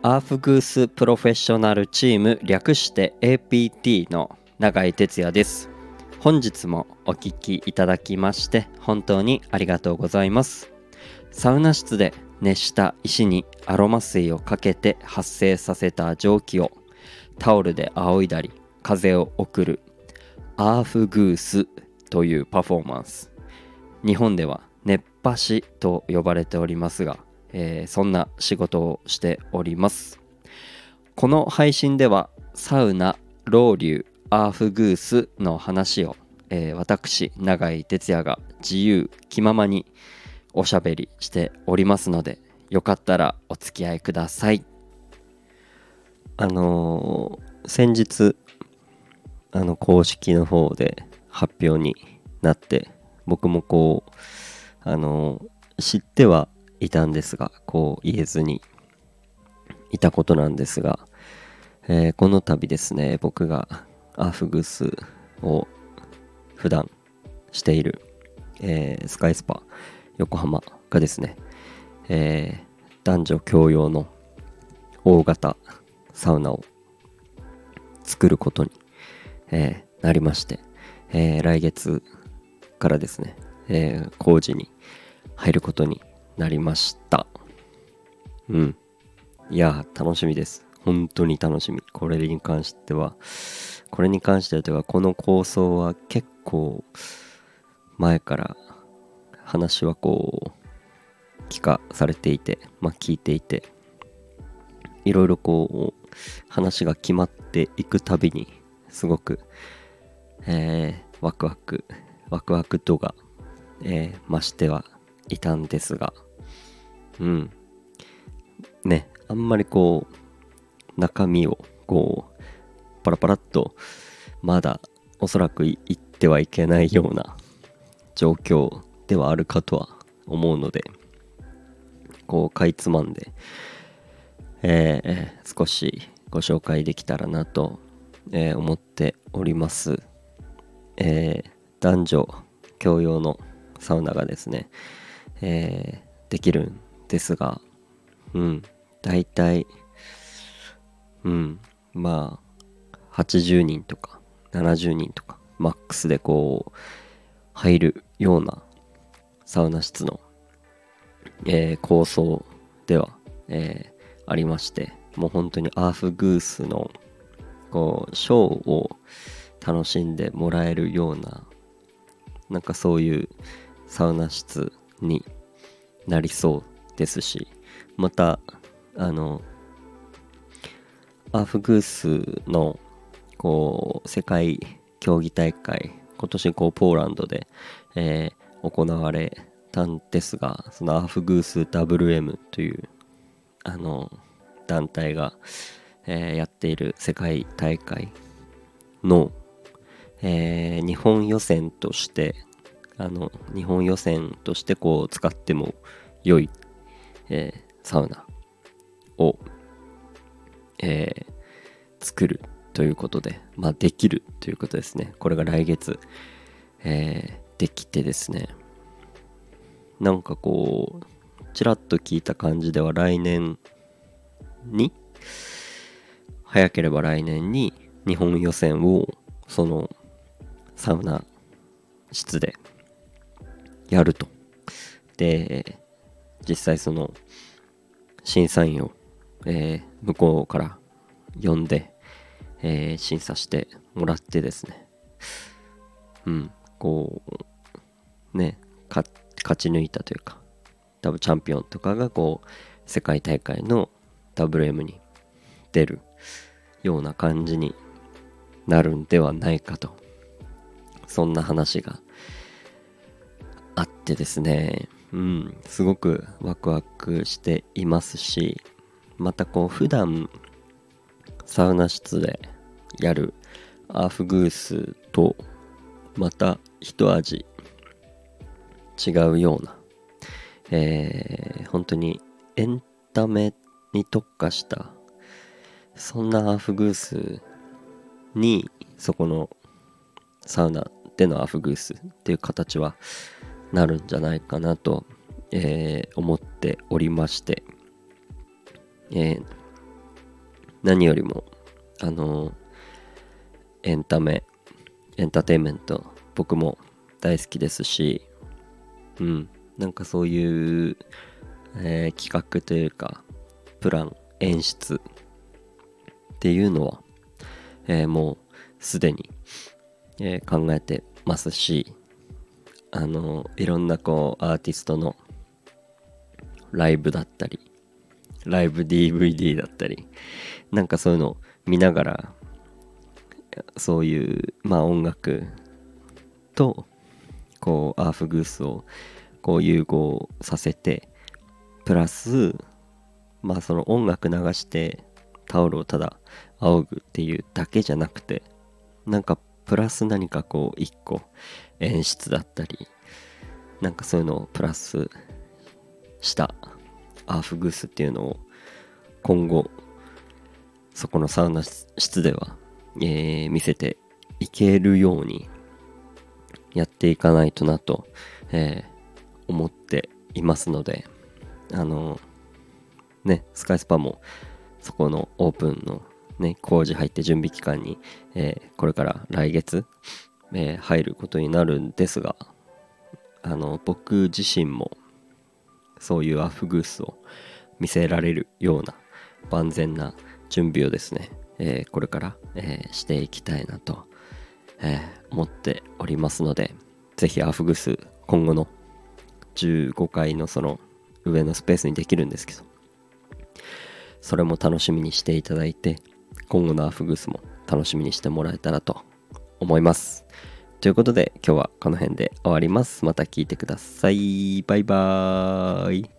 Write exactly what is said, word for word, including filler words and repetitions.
アーフグースプロフェッショナルチーム略して エーピーティー の永井哲也です。本日もお聞きいただきまして本当にありがとうございます。サウナ室で熱した石にアロマ水をかけて発生させた蒸気をタオルで仰いだり風を送るアーフグースというパフォーマンス、日本では熱波師と呼ばれておりますが、えー、そんな仕事をしております。この配信ではサウナ、ロウリュ、アーフグースの話を、えー、私永井哲也が自由気ままにおしゃべりしておりますので、よかったらお付き合いください。あのー、先日あの公式の方で発表になって、僕もこうあのー、知ってはいたんですが、こう言えずにいたことなんですが、えー、この度ですね、僕がアーフグースを普段している、えー、スカイスパ横浜がですね、えー、男女共用の大型サウナを作ることに、えー、なりまして、えー、来月からですね、えー、工事に入ることになりました。うん。いやー、楽しみです。本当に楽しみ。これに関しては、これに関してはというか、この構想は結構前から話はこう聞かされていて、まあ聞いていて、いろいろこう話が決まっていくたびにすごく、えー、ワクワクワクワク度が、えー、増してはいたんですが、うんね、あんまりこう中身をこうパラパラっとまだおそらく言ってはいけないような状況ではあるかとは思うので、こうかいつまんで、えー、少しご紹介できたらなと、えー、思っております。えー、男女共用のサウナがですね、えー、できるんですが、うん、だいたい、うん、まあはちじゅうにんとかななじゅうにんとかマックスでこう入るようなサウナ室の、えー、構想では、えー、ありまして、もう本当にアーフグースのこうショーを楽しんでもらえるような、なんかそういうサウナ室になりそうですし、またあのアーフグースのこう世界競技大会、今年こうポーランドで、えー、行われたんですが、そのアーフグース ダブリューエム というあの団体が、えー、やっている世界大会の、えー、日本予選としてあの日本予選としてこう使っても良い、えー、サウナを、えー、作るということで、まあできるということですね。これが来月、えー、できてですね、なんかこうちらっと聞いた感じでは来年に早ければ来年に日本予選をそのサウナ室でやると。で実際その審査員を、えー、向こうから呼んで、えー、審査してもらってですね、うんこうね勝ち抜いたというか、多分チャンピオンとかがこう世界大会の ダブリューエム に出るような感じになるんではないかと、そんな話があってですね、うんすごくワクワクしていますし、またこう普段サウナ室でやるアーフグースとまた一味違うような、えー、本当にエンタメに特化したそんなアーフグースに、そこのサウナでのアーフグースっていう形はなるんじゃないかなと、えー、思っておりまして、えー、 何よりもあのエンタメエンターテインメント僕も大好きですし、うんなんかそういう、えー企画というかプラン演出っていうのは、えーもうすでに、えー考えてますし、あのいろんなこうアーティストのライブだったりライブ ディーブイディー だったりなんかそういうのを見ながら、そういうまあ音楽とこうアーフグースをこう融合させて、プラスまあその音楽流してタオルをただ仰ぐっていうだけじゃなくて、なんかプラス何かこう一個演出だったりなんかそういうのをプラスしたアーフグースっていうのを今後そこのサウナ室では、えー見せていけるようにやっていかないとなと、えー思っていますので、あのねスカイスパもそこのオープンのね工事入って準備期間に、えーこれから来月、えー入ることになるんですが、あの僕自身もそういうアフグースを見せられるような万全な準備をですね、えーこれから、えーしていきたいなと、えー思っておりますので、ぜひアフグース今後のじゅうごかいのその上のスペースにできるんですけど、それも楽しみにしていただいて、今後のアフグースも楽しみにしてもらえたらと思います。ということで今日はこの辺で終わります。また聞いてください。バイバーイ。